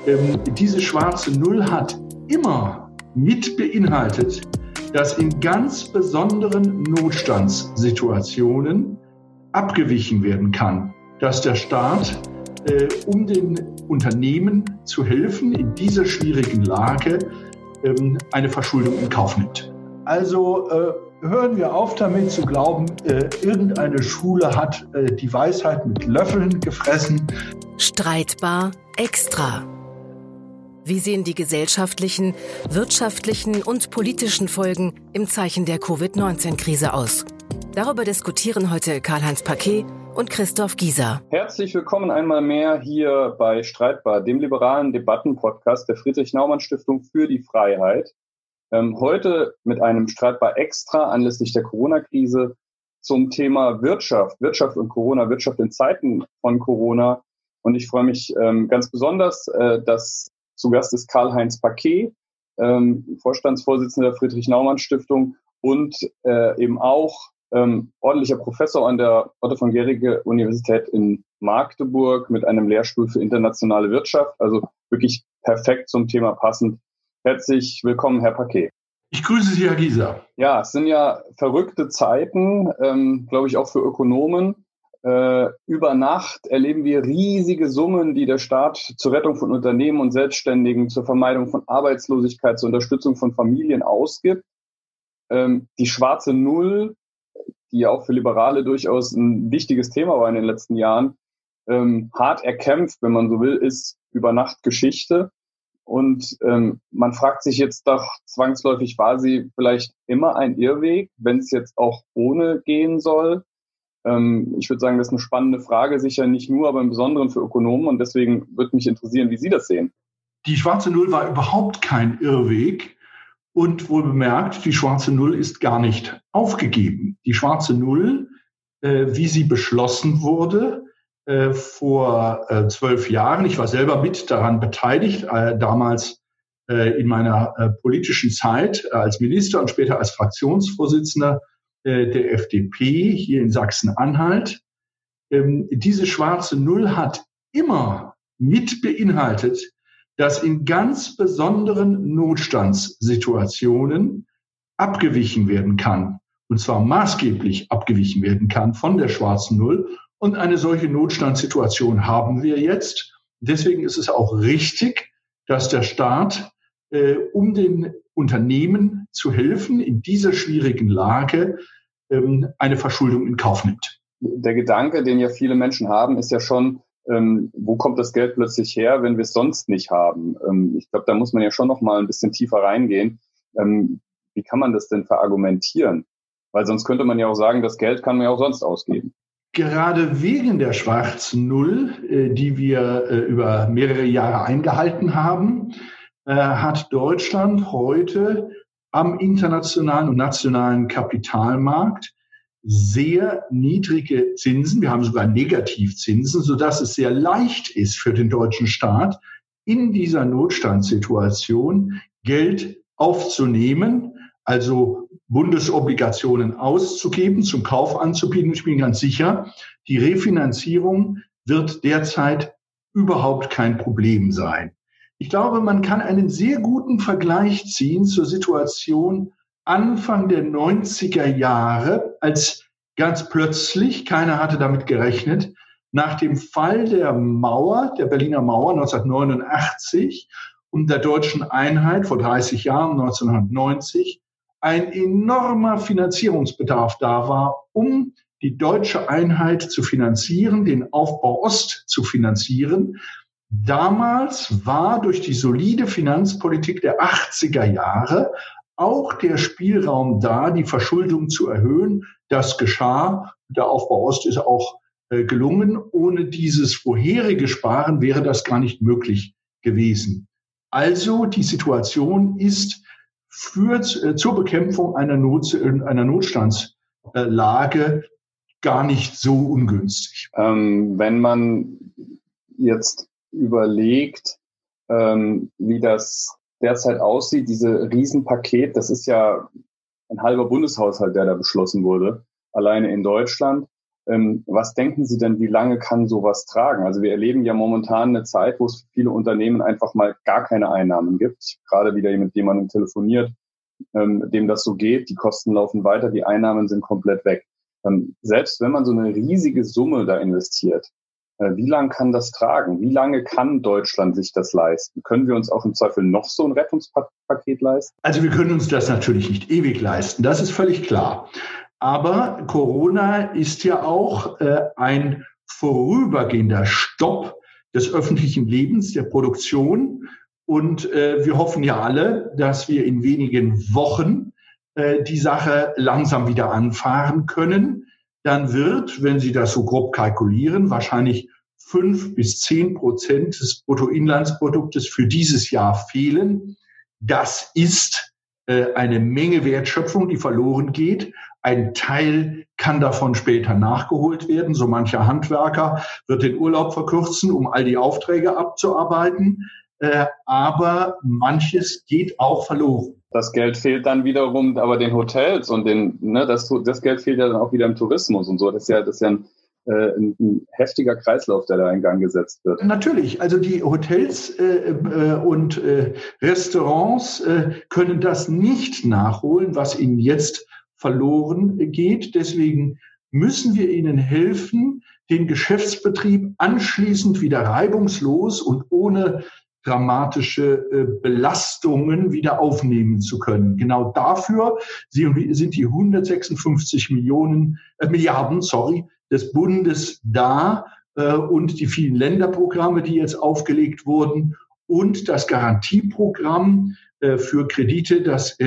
Diese schwarze Null hat immer mit beinhaltet, dass in ganz besonderen Notstandssituationen abgewichen werden kann, dass der Staat, um den Unternehmen zu helfen, in dieser schwierigen Lage eine Verschuldung in Kauf nimmt. Also hören wir auf damit zu glauben, irgendeine Schule hat die Weisheit mit Löffeln gefressen. Streitbar extra. Wie sehen die gesellschaftlichen, wirtschaftlichen und politischen Folgen im Zeichen der Covid-19-Krise aus? Darüber diskutieren heute Karl-Heinz Paquet und Christoph Gieser. Herzlich willkommen einmal mehr hier bei Streitbar, dem liberalen Debattenpodcast der Friedrich-Naumann-Stiftung für die Freiheit. Heute mit einem Streitbar Extra anlässlich der Corona-Krise zum Thema Wirtschaft und Corona, Wirtschaft in Zeiten von Corona. Und ich freue mich ganz besonders, dass zu Gast ist Karl-Heinz Paquet, Vorstandsvorsitzender der Friedrich-Naumann-Stiftung und eben auch ordentlicher Professor an der Otto von Guericke Universität in Magdeburg mit einem Lehrstuhl für internationale Wirtschaft. Also wirklich perfekt zum Thema passend. Herzlich willkommen, Herr Paquet. Ich grüße Sie, Herr Gieser. Ja, es sind ja verrückte Zeiten, glaube ich auch für Ökonomen. Über Nacht erleben wir riesige Summen, die der Staat zur Rettung von Unternehmen und Selbstständigen, zur Vermeidung von Arbeitslosigkeit, zur Unterstützung von Familien ausgibt. Die schwarze Null, die ja auch für Liberale durchaus ein wichtiges Thema war in den letzten Jahren, hart erkämpft, wenn man so will, ist über Nacht Geschichte. Und man fragt sich jetzt doch zwangsläufig, war sie vielleicht immer ein Irrweg, wenn es jetzt auch ohne gehen soll? Ich würde sagen, das ist eine spannende Frage, sicher nicht nur, aber im Besonderen für Ökonomen. Und deswegen würde mich interessieren, wie Sie das sehen. Die schwarze Null war überhaupt kein Irrweg. Und wohl bemerkt, die schwarze Null ist gar nicht aufgegeben. Die schwarze Null, wie sie beschlossen wurde vor 12 Jahren, ich war selber mit daran beteiligt, damals in meiner politischen Zeit als Minister und später als Fraktionsvorsitzender der FDP hier in Sachsen-Anhalt. Diese schwarze Null hat immer mit beinhaltet, dass in ganz besonderen Notstandssituationen abgewichen werden kann, und zwar maßgeblich abgewichen werden kann von der schwarzen Null. Und eine solche Notstandssituation haben wir jetzt. Deswegen ist es auch richtig, dass der Staat, um den Unternehmen zu helfen, in dieser schwierigen Lage eine Verschuldung in Kauf nimmt. Der Gedanke, den ja viele Menschen haben, ist ja schon, wo kommt das Geld plötzlich her, wenn wir es sonst nicht haben? Ich glaube, da muss man ja schon noch mal ein bisschen tiefer reingehen. Wie kann man das denn verargumentieren? Weil sonst könnte man ja auch sagen, das Geld kann man ja auch sonst ausgeben. Gerade wegen der schwarzen Null, die wir über mehrere Jahre eingehalten haben, hat Deutschland heute am internationalen und nationalen Kapitalmarkt sehr niedrige Zinsen. Wir haben sogar Negativzinsen, sodass es sehr leicht ist für den deutschen Staat, in dieser Notstandssituation Geld aufzunehmen, also Bundesobligationen auszugeben, zum Kauf anzubieten. Ich bin ganz sicher, die Refinanzierung wird derzeit überhaupt kein Problem sein. Ich glaube, man kann einen sehr guten Vergleich ziehen zur Situation Anfang der 90er Jahre, als ganz plötzlich, keiner hatte damit gerechnet, nach dem Fall der Mauer, der Berliner Mauer 1989 und der deutschen Einheit vor 30 Jahren, 1990, ein enormer Finanzierungsbedarf da war, um die deutsche Einheit zu finanzieren, den Aufbau Ost zu finanzieren. Damals war durch die solide Finanzpolitik der 80er Jahre auch der Spielraum da, die Verschuldung zu erhöhen. Das geschah. Der Aufbau Ost ist auch gelungen. Ohne dieses vorherige Sparen wäre das gar nicht möglich gewesen. Also die Situation ist zur Bekämpfung einer Notstandslage gar nicht so ungünstig. Wenn man jetzt überlegt, wie das derzeit aussieht, diese Riesenpaket, das ist ja ein halber Bundeshaushalt, der da beschlossen wurde, alleine in Deutschland. Was denken Sie denn, wie lange kann sowas tragen? Also wir erleben ja momentan eine Zeit, wo es für viele Unternehmen einfach mal gar keine Einnahmen gibt. Ich habe gerade wieder mit jemandem telefoniert, dem das so geht. Die Kosten laufen weiter, die Einnahmen sind komplett weg. Selbst wenn man so eine riesige Summe da investiert, wie lange kann das tragen? Wie lange kann Deutschland sich das leisten? Können wir uns auch im Zweifel noch so ein Rettungspaket leisten? Also wir können uns das natürlich nicht ewig leisten, das ist völlig klar. Aber Corona ist ja auch ein vorübergehender Stopp des öffentlichen Lebens, der Produktion. Und wir hoffen ja alle, dass wir in wenigen Wochen die Sache langsam wieder anfahren können. Dann wird, wenn Sie das so grob kalkulieren, wahrscheinlich 5-10% des Bruttoinlandsproduktes für dieses Jahr fehlen. Das ist eine Menge Wertschöpfung, die verloren geht. Ein Teil kann davon später nachgeholt werden. So mancher Handwerker wird den Urlaub verkürzen, um all die Aufträge abzuarbeiten. Aber manches geht auch verloren. Das Geld fehlt dann wiederum aber den Hotels und das Geld fehlt ja dann auch wieder im Tourismus und so. Das ist ja ein heftiger Kreislauf, der da in Gang gesetzt wird. Natürlich, also die Hotels und Restaurants können das nicht nachholen, was ihnen jetzt verloren geht. Deswegen müssen wir ihnen helfen, den Geschäftsbetrieb anschließend wieder reibungslos und ohne dramatische Belastungen wieder aufnehmen zu können. Genau dafür sind die 156 Milliarden des Bundes da und die vielen Länderprogramme, die jetzt aufgelegt wurden und das Garantieprogramm für Kredite, das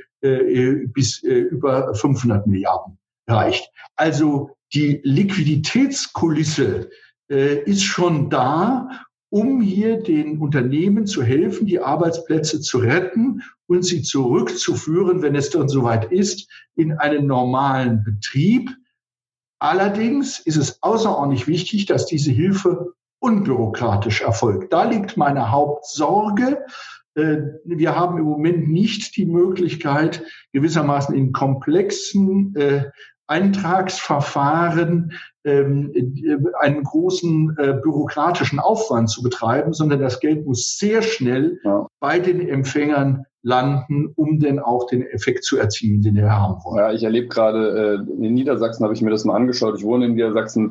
bis über 500 Milliarden reicht. Also die Liquiditätskulisse ist schon da, um hier den Unternehmen zu helfen, die Arbeitsplätze zu retten und sie zurückzuführen, wenn es dann soweit ist, in einen normalen Betrieb. Allerdings ist es außerordentlich wichtig, dass diese Hilfe unbürokratisch erfolgt. Da liegt meine Hauptsorge. Wir haben im Moment nicht die Möglichkeit, gewissermaßen in komplexen Eintragsverfahren einen großen bürokratischen Aufwand zu betreiben, sondern das Geld muss sehr schnell bei den Empfängern landen, um dann auch den Effekt zu erzielen, den wir haben wollen. Ja, ich erlebe gerade, in Niedersachsen habe ich mir das mal angeschaut. Ich wohne in Niedersachsen.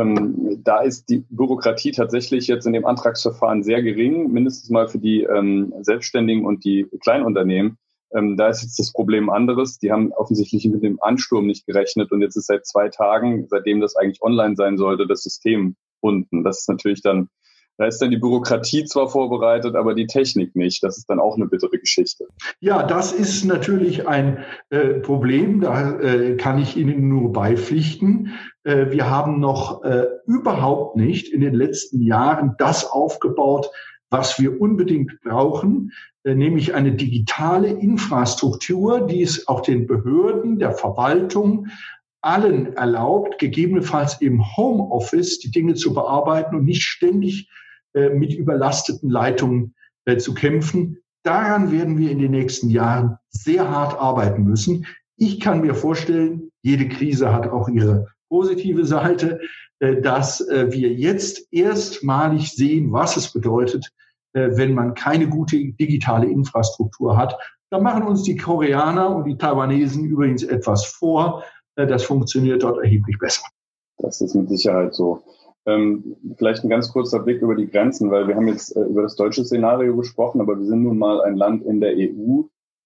Da ist die Bürokratie tatsächlich jetzt in dem Antragsverfahren sehr gering, mindestens mal für die Selbstständigen und die Kleinunternehmen. Da ist jetzt das Problem anderes. Die haben offensichtlich mit dem Ansturm nicht gerechnet und jetzt ist seit 2 Tagen, seitdem das eigentlich online sein sollte, das System unten. Das ist natürlich dann, da ist dann die Bürokratie zwar vorbereitet, aber die Technik nicht. Das ist dann auch eine bittere Geschichte. Ja, das ist natürlich ein Problem. Da kann ich Ihnen nur beipflichten. Wir haben noch überhaupt nicht in den letzten Jahren das aufgebaut, was wir unbedingt brauchen, nämlich eine digitale Infrastruktur, die es auch den Behörden, der Verwaltung, allen erlaubt, gegebenenfalls im Homeoffice die Dinge zu bearbeiten und nicht ständig mit überlasteten Leitungen zu kämpfen. Daran werden wir in den nächsten Jahren sehr hart arbeiten müssen. Ich kann mir vorstellen, jede Krise hat auch ihre positive Seite, dass wir jetzt erstmalig sehen, was es bedeutet, wenn man keine gute digitale Infrastruktur hat. Da machen uns die Koreaner und die Taiwanesen übrigens etwas vor. Das funktioniert dort erheblich besser. Das ist mit Sicherheit so. Vielleicht ein ganz kurzer Blick über die Grenzen, weil wir haben jetzt über das deutsche Szenario gesprochen, aber wir sind nun mal ein Land in der EU.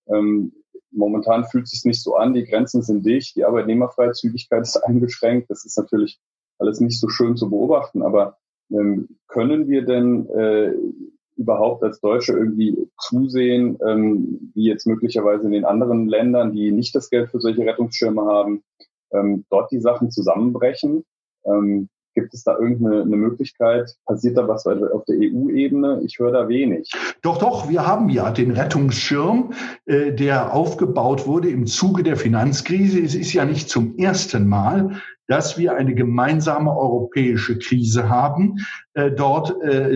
Momentan fühlt es sich nicht so an, die Grenzen sind dicht, die Arbeitnehmerfreizügigkeit ist eingeschränkt. Das ist natürlich alles nicht so schön zu beobachten, aber können wir denn überhaupt als Deutsche irgendwie zusehen, wie jetzt möglicherweise in den anderen Ländern, die nicht das Geld für solche Rettungsschirme haben, dort die Sachen zusammenbrechen? Gibt es da irgendeine Möglichkeit? Passiert da was auf der EU-Ebene? Ich höre da wenig. Doch, wir haben ja den Rettungsschirm, der aufgebaut wurde im Zuge der Finanzkrise. Es ist ja nicht zum ersten Mal, dass wir eine gemeinsame europäische Krise haben. Dort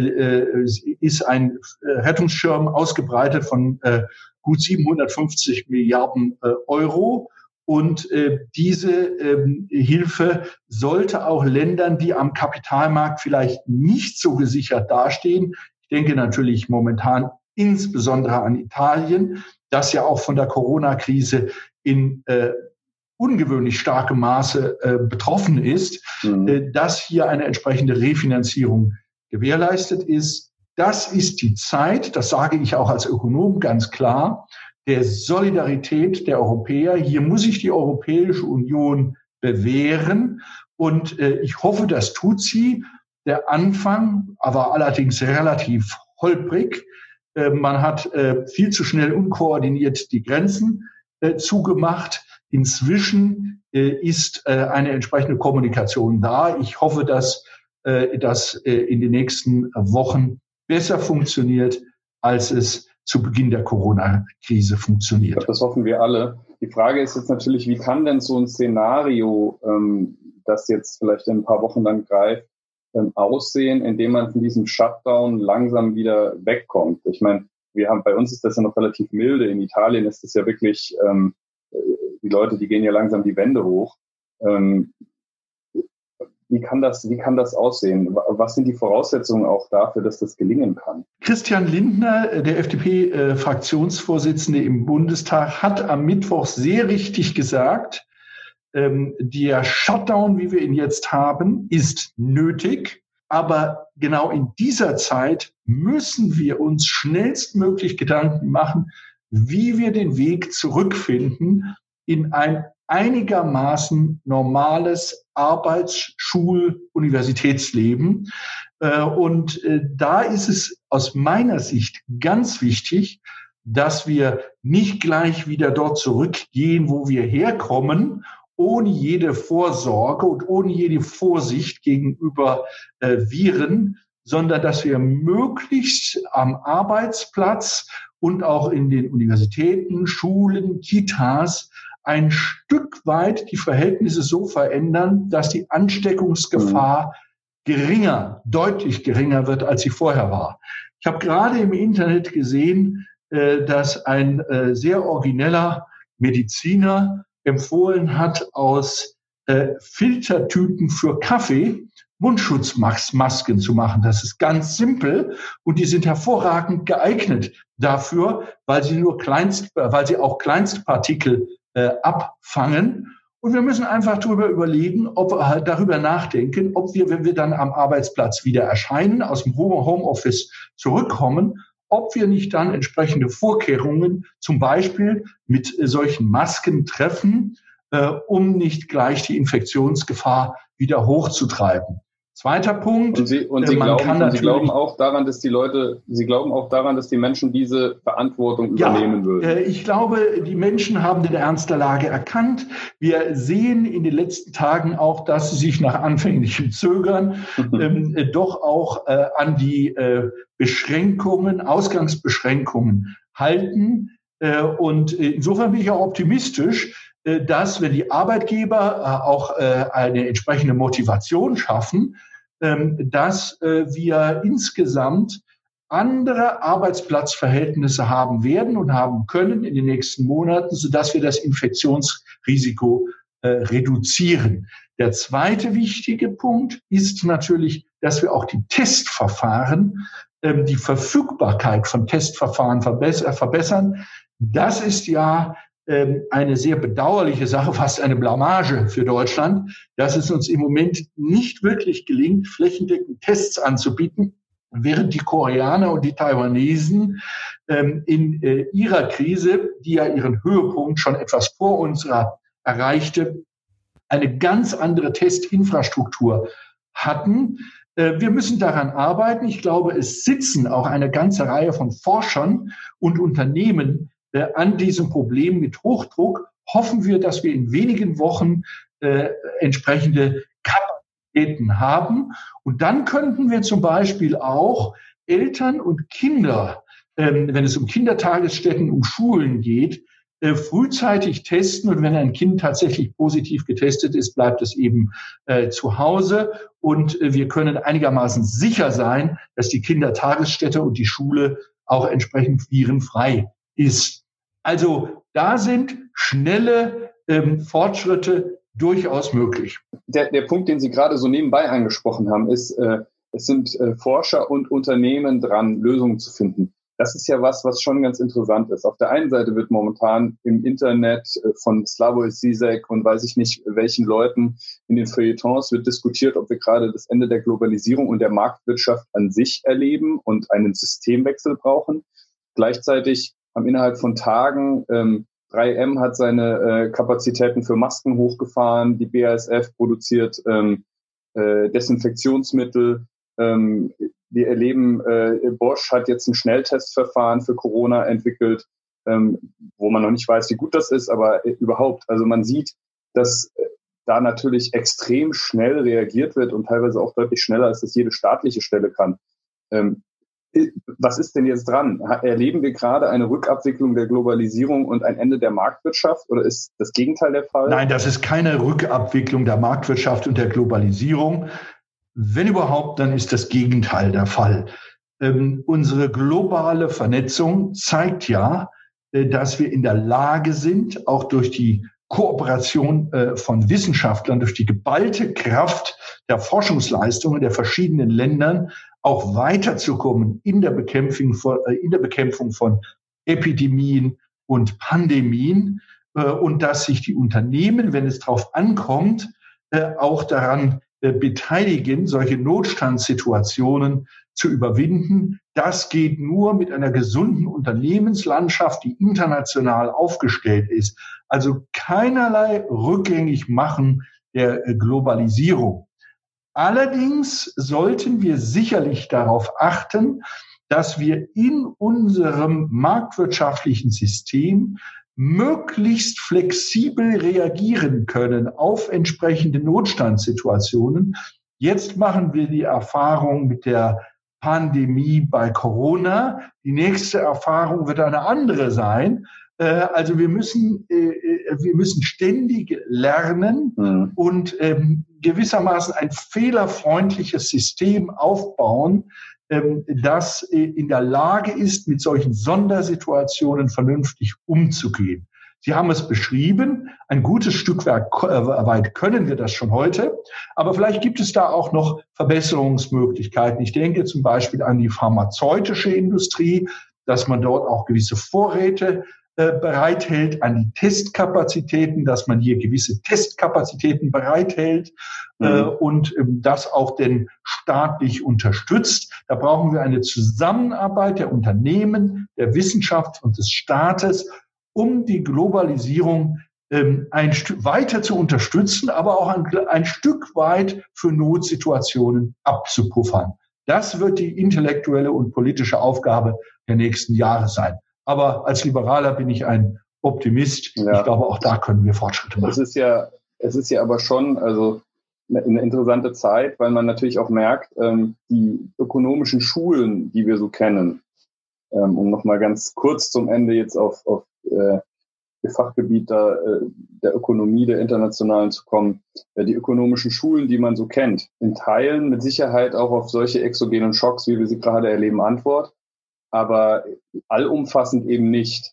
ist ein Rettungsschirm ausgebreitet von gut 750 Milliarden Euro. Und diese Hilfe sollte auch Ländern, die am Kapitalmarkt vielleicht nicht so gesichert dastehen, ich denke natürlich momentan insbesondere an Italien, das ja auch von der Corona-Krise in ungewöhnlich starkem Maße betroffen ist, dass hier eine entsprechende Refinanzierung gewährleistet ist. Das ist die Zeit, das sage ich auch als Ökonom ganz klar, der Solidarität der Europäer. Hier muss sich die Europäische Union bewähren und ich hoffe, das tut sie. Der Anfang war allerdings relativ holprig. Man hat viel zu schnell unkoordiniert die Grenzen zugemacht. Inzwischen ist eine entsprechende Kommunikation da. Ich hoffe, dass das in den nächsten Wochen besser funktioniert, als es zu Beginn der Corona-Krise funktioniert. Das hoffen wir alle. Die Frage ist jetzt natürlich, wie kann denn so ein Szenario, das jetzt vielleicht in ein paar Wochen dann greift, aussehen, indem man von diesem Shutdown langsam wieder wegkommt? Ich meine, bei uns ist das ja noch relativ milde. In Italien ist das ja wirklich, die Leute, die gehen ja langsam die Wände hoch. Wie kann das aussehen? Was sind die Voraussetzungen auch dafür, dass das gelingen kann? Christian Lindner, der FDP-Fraktionsvorsitzende im Bundestag, hat am Mittwoch sehr richtig gesagt, der Shutdown, wie wir ihn jetzt haben, ist nötig. Aber genau in dieser Zeit müssen wir uns schnellstmöglich Gedanken machen, wie wir den Weg zurückfinden in ein einigermaßen normales Arbeits-, Schul-, Universitätsleben. Und da ist es aus meiner Sicht ganz wichtig, dass wir nicht gleich wieder dort zurückgehen, wo wir herkommen, ohne jede Vorsorge und ohne jede Vorsicht gegenüber Viren, sondern dass wir möglichst am Arbeitsplatz und auch in den Universitäten, Schulen, Kitas ein Stück weit die Verhältnisse so verändern, dass die Ansteckungsgefahr deutlich geringer wird, als sie vorher war. Ich habe gerade im Internet gesehen, dass ein sehr origineller Mediziner empfohlen hat, aus Filtertüten für Kaffee Mundschutzmasken zu machen. Das ist ganz simpel und die sind hervorragend geeignet dafür, weil sie auch Kleinstpartikel abfangen. Und wir müssen einfach darüber nachdenken, ob wir, wenn wir dann am Arbeitsplatz wieder erscheinen, aus dem Homeoffice zurückkommen, ob wir nicht dann entsprechende Vorkehrungen, zum Beispiel mit solchen Masken treffen, um nicht gleich die Infektionsgefahr wieder hochzutreiben. Zweiter Punkt. Und Sie glauben auch daran, dass die Menschen diese Verantwortung übernehmen würden? Ich glaube, die Menschen haben den Ernst der Lage erkannt. Wir sehen in den letzten Tagen auch, dass sie sich nach anfänglichem Zögern doch auch an die Ausgangsbeschränkungen halten. Und insofern bin ich auch optimistisch, dass, wenn die Arbeitgeber auch eine entsprechende Motivation schaffen, dass wir insgesamt andere Arbeitsplatzverhältnisse haben werden und haben können in den nächsten Monaten, sodass wir das Infektionsrisiko reduzieren. Der zweite wichtige Punkt ist natürlich, dass wir auch die Testverfahren, die Verfügbarkeit von Testverfahren verbessern. Das ist ja eine sehr bedauerliche Sache, fast eine Blamage für Deutschland, dass es uns im Moment nicht wirklich gelingt, flächendeckend Tests anzubieten, während die Koreaner und die Taiwanesen in ihrer Krise, die ja ihren Höhepunkt schon etwas vor unserer erreichte, eine ganz andere Testinfrastruktur hatten. Wir müssen daran arbeiten. Ich glaube, es sitzen auch eine ganze Reihe von Forschern und Unternehmen an diesem Problem mit Hochdruck. Hoffen wir, dass wir in wenigen Wochen entsprechende Kapazitäten haben. Und dann könnten wir zum Beispiel auch Eltern und Kinder, wenn es um Kindertagesstätten, um Schulen geht, frühzeitig testen. Und wenn ein Kind tatsächlich positiv getestet ist, bleibt es eben zu Hause. Und wir können einigermaßen sicher sein, dass die Kindertagesstätte und die Schule auch entsprechend virenfrei ist. Also da sind schnelle Fortschritte durchaus möglich. Der Punkt, den Sie gerade so nebenbei angesprochen haben, ist, es sind Forscher und Unternehmen dran, Lösungen zu finden. Das ist ja was schon ganz interessant ist. Auf der einen Seite wird momentan im Internet von Slavoj Zizek und weiß ich nicht welchen Leuten in den Feuilletons wird diskutiert, ob wir gerade das Ende der Globalisierung und der Marktwirtschaft an sich erleben und einen Systemwechsel brauchen. Gleichzeitig haben innerhalb von Tagen 3M hat seine Kapazitäten für Masken hochgefahren, die BASF produziert Desinfektionsmittel. Wir erleben, Bosch hat jetzt ein Schnelltestverfahren für Corona entwickelt, wo man noch nicht weiß, wie gut das ist, aber überhaupt. Also man sieht, dass da natürlich extrem schnell reagiert wird und teilweise auch deutlich schneller, als das jede staatliche Stelle kann. Was ist denn jetzt dran? Erleben wir gerade eine Rückabwicklung der Globalisierung und ein Ende der Marktwirtschaft oder ist das Gegenteil der Fall? Nein, das ist keine Rückabwicklung der Marktwirtschaft und der Globalisierung. Wenn überhaupt, dann ist das Gegenteil der Fall. Unsere globale Vernetzung zeigt ja, dass wir in der Lage sind, auch durch die Kooperation von Wissenschaftlern, durch die geballte Kraft der Forschungsleistungen der verschiedenen Ländern auch weiterzukommen in der Bekämpfung von Epidemien und Pandemien und dass sich die Unternehmen, wenn es darauf ankommt, auch daran beteiligen, solche Notstandssituationen zu überwinden. Das geht nur mit einer gesunden Unternehmenslandschaft, die international aufgestellt ist. Also keinerlei rückgängig machen der Globalisierung. Allerdings sollten wir sicherlich darauf achten, dass wir in unserem marktwirtschaftlichen System möglichst flexibel reagieren können auf entsprechende Notstandssituationen. Jetzt machen wir die Erfahrung mit der Pandemie bei Corona. Die nächste Erfahrung wird eine andere sein. Also wir müssen ständig lernen und gewissermaßen ein fehlerfreundliches System aufbauen, das in der Lage ist, mit solchen Sondersituationen vernünftig umzugehen. Sie haben es beschrieben, ein gutes Stück weit können wir das schon heute, aber vielleicht gibt es da auch noch Verbesserungsmöglichkeiten. Ich denke zum Beispiel an die pharmazeutische Industrie, dass man dort auch gewisse Vorräte bereithält, an die Testkapazitäten, dass man hier gewisse Testkapazitäten bereithält und das auch denn staatlich unterstützt. Da brauchen wir eine Zusammenarbeit der Unternehmen, der Wissenschaft und des Staates, um die Globalisierung ein Stück weiter zu unterstützen, aber auch ein Stück weit für Notsituationen abzupuffern. Das wird die intellektuelle und politische Aufgabe der nächsten Jahre sein. Aber als Liberaler bin ich ein Optimist. Ja. Ich glaube, auch da können wir Fortschritte machen. Es ist ja aber schon also eine interessante Zeit, weil man natürlich auch merkt, die ökonomischen Schulen, die wir so kennen, um nochmal ganz kurz zum Ende jetzt auf das Fachgebiet der Ökonomie, der internationalen zu kommen, die ökonomischen Schulen, die man so kennt, in Teilen mit Sicherheit auch auf solche exogenen Schocks, wie wir sie gerade erleben, Antwort. Aber allumfassend eben nicht.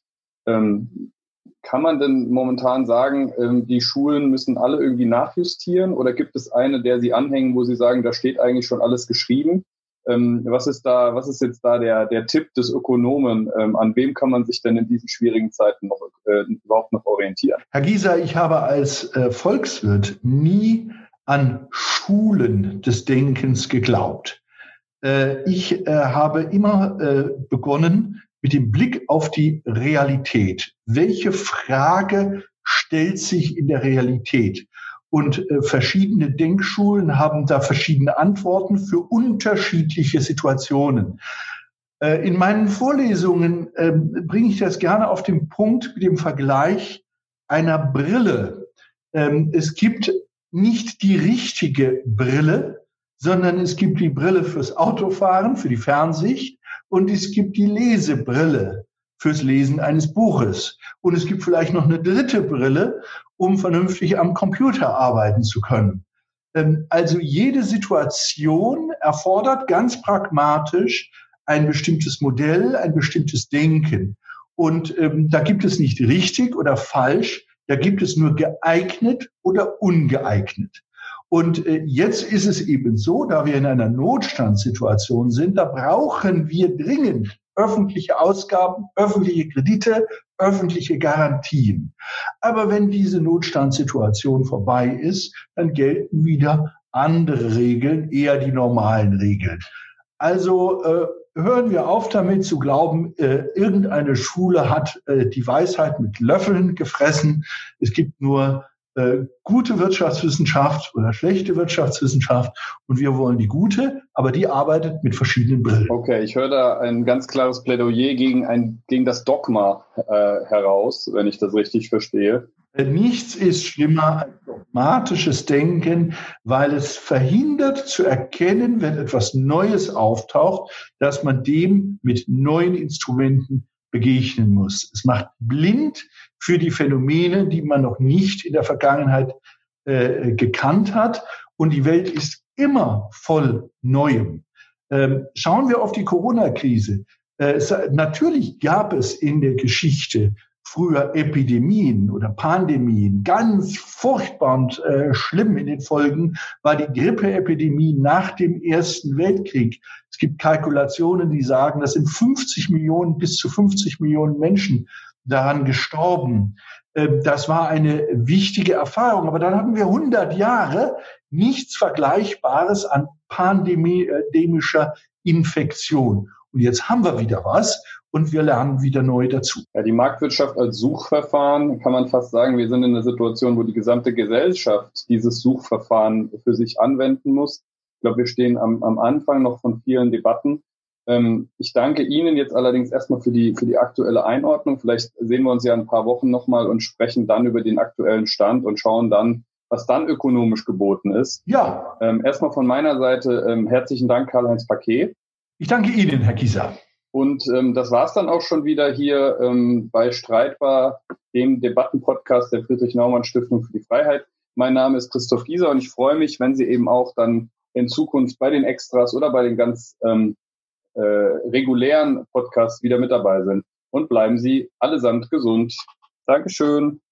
Kann man denn momentan sagen, die Schulen müssen alle irgendwie nachjustieren oder gibt es eine, der Sie anhängen, wo Sie sagen, da steht eigentlich schon alles geschrieben? Was ist jetzt da der Tipp des Ökonomen? An wem kann man sich denn in diesen schwierigen Zeiten überhaupt noch orientieren? Herr Gieser, ich habe als Volkswirt nie an Schulen des Denkens geglaubt. Ich habe immer begonnen mit dem Blick auf die Realität. Welche Frage stellt sich in der Realität? Und verschiedene Denkschulen haben da verschiedene Antworten für unterschiedliche Situationen. In meinen Vorlesungen bringe ich das gerne auf den Punkt mit dem Vergleich einer Brille. Es gibt nicht die richtige Brille, sondern es gibt die Brille fürs Autofahren, für die Fernsicht und es gibt die Lesebrille fürs Lesen eines Buches. Und es gibt vielleicht noch eine dritte Brille, um vernünftig am Computer arbeiten zu können. Also jede Situation erfordert ganz pragmatisch ein bestimmtes Modell, ein bestimmtes Denken. Und da gibt es nicht richtig oder falsch. Da gibt es nur geeignet oder ungeeignet. Und jetzt ist es eben so, da wir in einer Notstandssituation sind, da brauchen wir dringend öffentliche Ausgaben, öffentliche Kredite, öffentliche Garantien. Aber wenn diese Notstandssituation vorbei ist, dann gelten wieder andere Regeln, eher die normalen Regeln. Also hören wir auf damit zu glauben, irgendeine Schule hat die Weisheit mit Löffeln gefressen. Es gibt nur gute Wirtschaftswissenschaft oder schlechte Wirtschaftswissenschaft und wir wollen die gute, aber die arbeitet mit verschiedenen Brillen. Okay, ich höre da ein ganz klares Plädoyer gegen das Dogma heraus, wenn ich das richtig verstehe. Nichts ist schlimmer als dogmatisches Denken, weil es verhindert zu erkennen, wenn etwas Neues auftaucht, dass man dem mit neuen Instrumenten begegnen muss. Es macht blind für die Phänomene, die man noch nicht in der Vergangenheit gekannt hat. Und die Welt ist immer voll Neuem. Schauen wir auf die Corona-Krise. Natürlich gab es in der Geschichte früher Epidemien oder Pandemien. Ganz furchtbar und schlimm in den Folgen war die Grippeepidemie nach dem Ersten Weltkrieg. Es gibt Kalkulationen, die sagen, das sind 50 Millionen bis zu 50 Millionen Menschen daran gestorben. Das war eine wichtige Erfahrung. Aber dann hatten wir 100 Jahre nichts Vergleichbares an pandemischer Infektion. Und jetzt haben wir wieder was und wir lernen wieder neu dazu. Ja, die Marktwirtschaft als Suchverfahren, kann man fast sagen, wir sind in einer Situation, wo die gesamte Gesellschaft dieses Suchverfahren für sich anwenden muss. Ich glaube, wir stehen am Anfang noch von vielen Debatten. Ich danke Ihnen jetzt allerdings erstmal für die aktuelle Einordnung. Vielleicht sehen wir uns ja in ein paar Wochen nochmal und sprechen dann über den aktuellen Stand und schauen dann, was dann ökonomisch geboten ist. Ja. Erstmal von meiner Seite herzlichen Dank, Karl-Heinz Paquet. Ich danke Ihnen, Herr Kieser. Und das war's dann auch schon wieder hier bei Streitbar, dem Debattenpodcast der Friedrich-Naumann-Stiftung für die Freiheit. Mein Name ist Christoph Kieser und ich freue mich, wenn Sie eben auch dann in Zukunft bei den Extras oder bei den ganz regulären Podcasts wieder mit dabei sind. Und bleiben Sie allesamt gesund. Dankeschön.